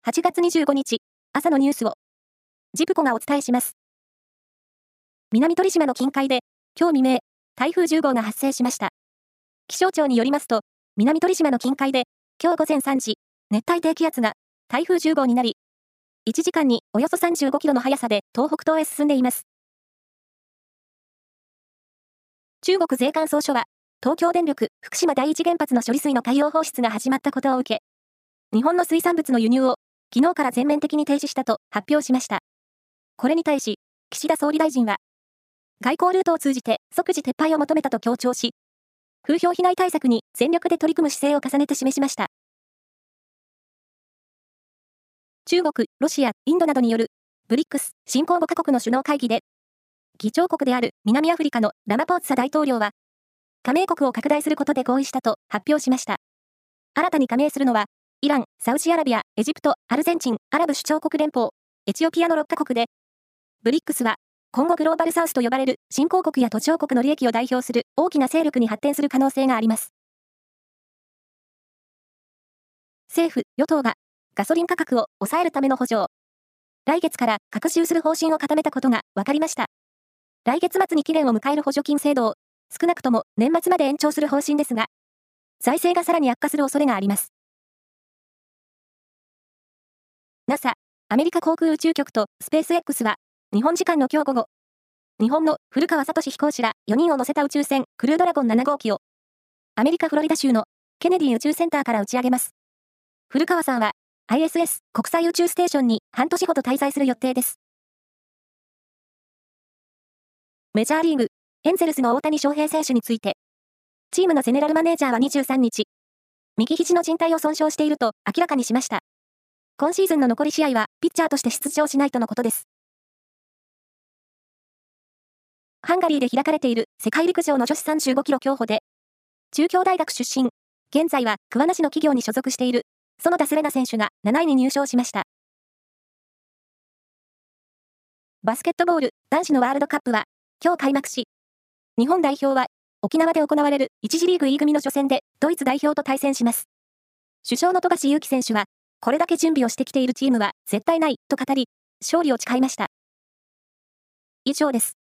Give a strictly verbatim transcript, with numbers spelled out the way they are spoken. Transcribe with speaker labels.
Speaker 1: はちがつにじゅうごにち、朝のニュースを、ジプコがお伝えします。南鳥島の近海で、今日未明、台風じゅうごうが発生しました。気象庁によりますと、南鳥島の近海で、今日ごぜんさんじ、熱帯低気圧が台風じゅうごうになり、いちじかんにおよそさんじゅうごキロの速さで東北東へ進んでいます。中国税関総署は、東京電力福島第一原発の処理水の海洋放出が始まったことを受け、日本の水産物の輸入を昨日から全面的に停止したと発表しました。これに対し、岸田総理大臣は、外交ルートを通じて即時撤廃を求めたと強調し、風評被害対策に全力で取り組む姿勢を重ねて示しました。中国、ロシア、インドなどによるブリックス新興ごカ国の首脳会議で、議長国である南アフリカのラマポーツァ大統領は、加盟国を拡大することで合意したと発表しました。新たに加盟するのは、イラン、サウジアラビア、エジプト、アルゼンチン、アラブ首長国連邦、エチオピアのろっカ国で、ブリックスは、今後グローバルサウスと呼ばれる新興国や途上国の利益を代表する大きな勢力に発展する可能性があります。政府・与党がガソリン価格を抑えるための補助を来月から拡充する方針を固めたことが分かりました。来月末に期限を迎える補助金制度を少なくとも年末まで延長する方針ですが、財政がさらに悪化する恐れがあります。ナサ、アメリカ航空宇宙局とスペース X は、日本時間の今日午後、日本の古川聡飛行士らよにんを乗せた宇宙船クルードラゴンななごうきを、アメリカ・フロリダ州のケネディ宇宙センターから打ち上げます。古川さんは アイエスエス 国際宇宙ステーションに半年ほど滞在する予定です。メジャーリーグ、エンゼルスの大谷翔平選手について、チームのゼネラルマネージャーはにじゅうさんにち、右肘の靭帯を損傷していると明らかにしました。今シーズンの残り試合はピッチャーとして出場しないとのことです。ハンガリーで開かれている世界陸上の女子さんじゅうごキロ競歩で、中京大学出身、現在は桑名市の企業に所属している園田セレナ選手がなないに入賞しました。バスケットボール男子のワールドカップは今日開幕し、日本代表は沖縄で行われるいち次リーグ E 組の初戦でドイツ代表と対戦します。主将の富樫勇樹選手は、これだけ準備をしてきているチームは絶対ないと語り、勝利を誓いました。以上です。